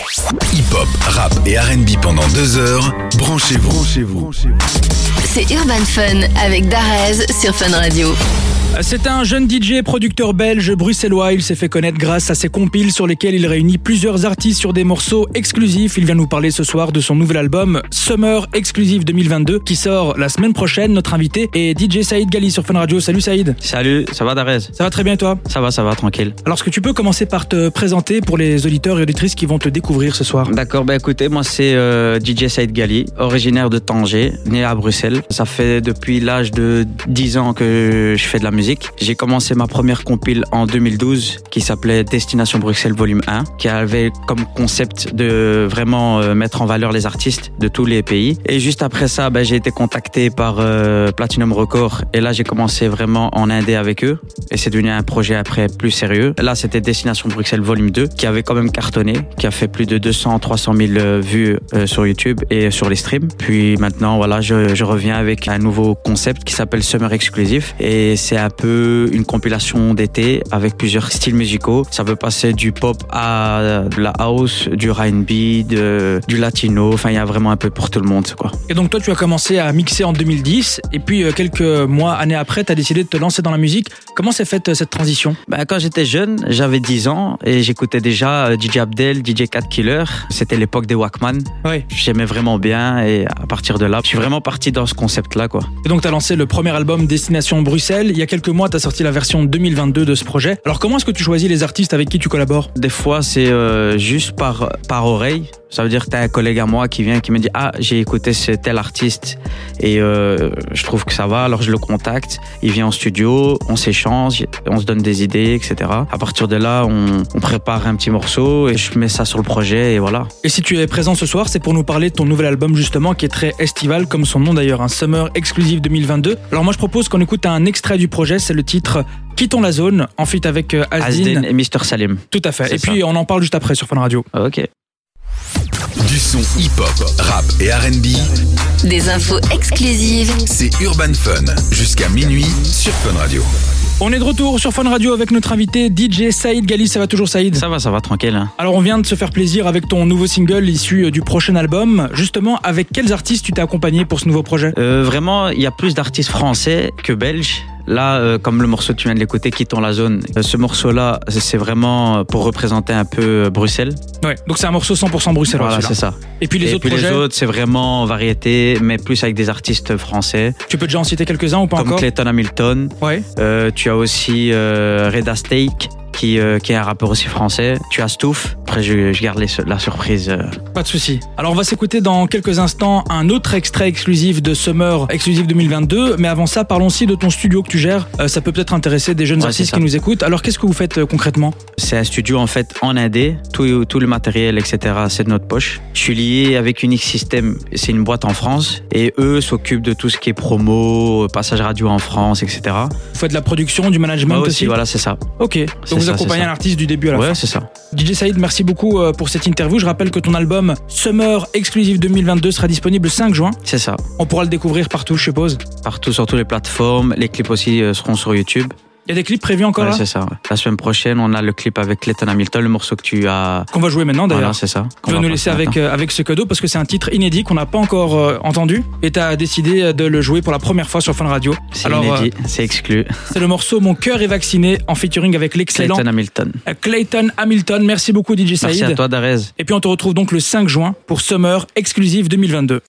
Hip-hop, rap et R&B pendant 2 heures. Branchez-vous. C'est Urban Fun avec Darez sur Fun Radio. C'est un jeune DJ et producteur belge bruxellois. Il s'est fait connaître grâce à ses compiles sur lesquels il réunit plusieurs artistes sur des morceaux exclusifs. Il vient nous parler ce soir de son nouvel album Summer Exclusive 2022 qui sort la semaine prochaine. Notre invité est DJ Saïd Ghali sur Fun Radio. Salut Saïd. Salut, ça va Darez? Ça va très bien et toi? Ça va, tranquille. Alors est-ce que tu peux commencer par te présenter pour les auditeurs et auditrices qui vont te découvrir ce soir? D'accord, écoutez, moi c'est DJ Saïd Ghali, originaire de Tanger, né à Bruxelles. Ça fait depuis l'âge de 10 ans que je fais de la musique. J'ai commencé ma première compile en 2012 qui s'appelait Destination Bruxelles Volume 1, qui avait comme concept de vraiment mettre en valeur les artistes de tous les pays. Et juste après ça, j'ai été contacté par Platinum Records et là j'ai commencé vraiment en indé avec eux et c'est devenu un projet après plus sérieux. Là c'était Destination Bruxelles Volume 2 qui avait quand même cartonné, qui a fait plus de 200-300 000 vues sur YouTube et sur les streams. Puis maintenant voilà, je reviens avec un nouveau concept qui s'appelle Summer Exclusive et c'est un peu une compilation d'été avec plusieurs styles musicaux. Ça peut passer du pop à de la house, du R&B, du latino. Enfin, il y a vraiment un peu pour tout le monde, quoi. Et donc toi, tu as commencé à mixer en 2010 et puis quelques mois, années après, tu as décidé de te lancer dans la musique. Comment s'est faite cette transition? Quand j'étais jeune, j'avais 10 ans et j'écoutais déjà DJ Abdel, DJ Cat Killer. C'était l'époque des Walkman. Oui. J'aimais vraiment bien et à partir de là, je suis vraiment parti dans ce concept-là, quoi. Et donc tu as lancé le premier album Destination Bruxelles. Il y a quelques mois, tu as sorti la version 2022 de ce projet. Alors comment est-ce que tu choisis les artistes avec qui tu collabores? Des fois, c'est juste par oreille. Ça veut dire que t'as un collègue à moi qui vient qui me dit j'ai écouté ce tel artiste et je trouve que ça va, alors je le contacte, il vient en studio, on s'échange, on se donne des idées, etc. À partir de là, on prépare un petit morceau et je mets ça sur le projet et voilà. Et si tu es présent ce soir, c'est pour nous parler de ton nouvel album justement qui est très estival comme son nom d'ailleurs, un Summer Exclusive 2022. Alors moi je propose qu'on écoute un extrait du projet, c'est le titre Quittons la zone, en feat avec Asdin et Mr Salim. Tout à fait, C'est et puis ça. on en parle juste après sur Fun Radio. Ok. Du son hip-hop, rap et R&B, Des infos exclusives. c'est Urban Fun. Jusqu'à minuit sur Fun Radio. On est de retour sur Fun Radio avec notre invité DJ Saïd Ghali. Ça va toujours Saïd? Ça va, tranquille. Hein. Alors on vient de se faire plaisir avec ton nouveau single issu du prochain album. Justement, avec quels artistes tu t'es accompagné pour ce nouveau projet? Vraiment, il y a plus d'artistes français que belges. Là, comme le morceau que tu viens de l'écouter, Quittons la zone, ce morceau-là, c'est vraiment pour représenter un peu Bruxelles. Ouais, donc c'est un morceau 100% bruxellois. Voilà, celui-là. c'est ça. Et puis les autres projets, les autres, c'est vraiment variété, mais plus avec des artistes français. tu peux déjà en citer quelques-uns ou pas Comme encore? Clayton Hamilton. Ouais. Tu as aussi Reda Steak, qui est un rappeur aussi français. Tu as Stouff. Après, je garde la surprise. Pas de souci. Alors on va s'écouter dans quelques instants un autre extrait exclusif de Summer Exclusive 2022. Mais avant ça, parlons aussi de ton studio que tu gères. Ça peut peut-être intéresser des jeunes artistes qui nous écoutent. Alors qu'est-ce que vous faites concrètement? C'est un studio en fait en indé. Tout le matériel, etc. c'est de notre poche. Je suis lié avec Unique System. C'est une boîte en France. Et eux s'occupent de tout ce qui est promo, passage radio en France, etc. Vous faites de la production, du management aussi? Voilà, c'est ça. Ok. Donc vous accompagnez un artiste du début à la fin. Ouais, c'est ça. DJ Saïd, merci beaucoup pour cette interview. Je rappelle que ton album Summer Exclusive 2022 sera disponible le 5 juin. C'est ça. On pourra le découvrir partout, je suppose. Partout, sur toutes les plateformes. Les clips aussi seront sur YouTube. Il y a des clips prévus encore Ouais, là? c'est ça. Ouais. La semaine prochaine, on a le clip avec Clayton Hamilton, le morceau que tu as... Qu'on va jouer maintenant d'ailleurs. Voilà, c'est ça. Tu vas nous laisser avec ce cadeau parce que c'est un titre inédit qu'on n'a pas encore entendu et tu as décidé de le jouer pour la première fois sur Fun Radio. C'est inédit, c'est exclu. C'est le morceau Mon cœur est vacciné en featuring avec l'excellent Clayton Hamilton. Merci beaucoup DJ Saïd. Merci à toi Darez. Et puis on te retrouve donc le 5 juin pour Summer Exclusive 2022.